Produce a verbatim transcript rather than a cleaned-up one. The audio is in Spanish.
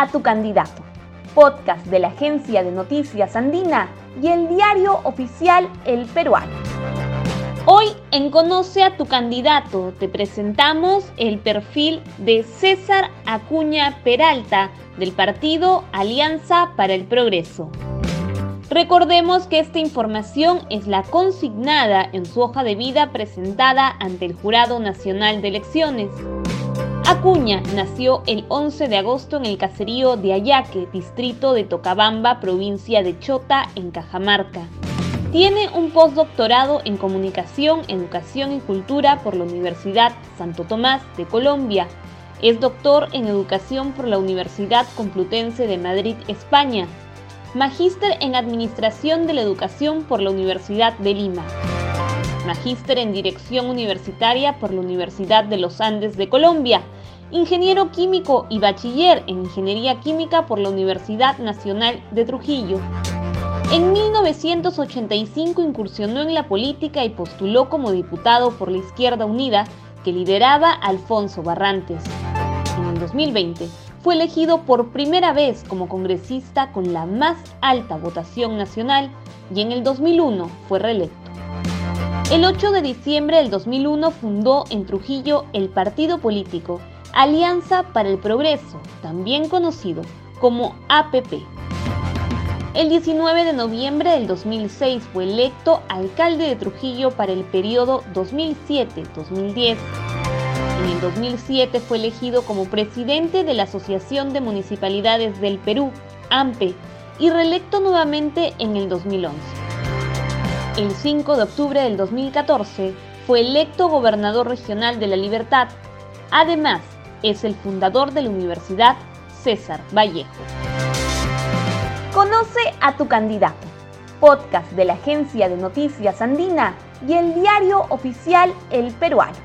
a tu candidato, podcast de la Agencia de Noticias Andina y el diario oficial El Peruano. Hoy en Conoce a tu candidato te presentamos el perfil de César Acuña Peralta del partido Alianza para el Progreso. Recordemos que esta información es la consignada en su hoja de vida presentada ante el Jurado Nacional de Elecciones. Acuña nació el once de agosto en el caserío de Ayaque, distrito de Tocabamba, provincia de Chota, en Cajamarca. Tiene un postdoctorado en Comunicación, Educación y Cultura por la Universidad Santo Tomás de Colombia. Es doctor en Educación por la Universidad Complutense de Madrid, España. Magíster en Administración de la Educación por la Universidad de Lima. Magíster en Dirección Universitaria por la Universidad de los Andes de Colombia. Ingeniero químico y bachiller en Ingeniería Química por la Universidad Nacional de Trujillo. En mil novecientos ochenta y cinco incursionó en la política y postuló como diputado por la Izquierda Unida, que lideraba Alfonso Barrantes. En el dos mil veinte fue elegido por primera vez como congresista con la más alta votación nacional y en el dos mil uno fue reelecto. El ocho de diciembre del dos mil uno fundó en Trujillo el partido político Alianza para el Progreso, también conocido como A P P. El diecinueve de noviembre del dos mil seis fue electo alcalde de Trujillo para el periodo dos mil siete a dos mil diez. En el dos mil siete fue elegido como presidente de la Asociación de Municipalidades del Perú, A M P E, y reelecto nuevamente en el dos mil once. El cinco de octubre del dos mil catorce fue electo gobernador regional de La Libertad. Además, es el fundador de la Universidad César Vallejo. Conoce a tu candidato, podcast de la Agencia de Noticias Andina y el diario oficial El Peruano.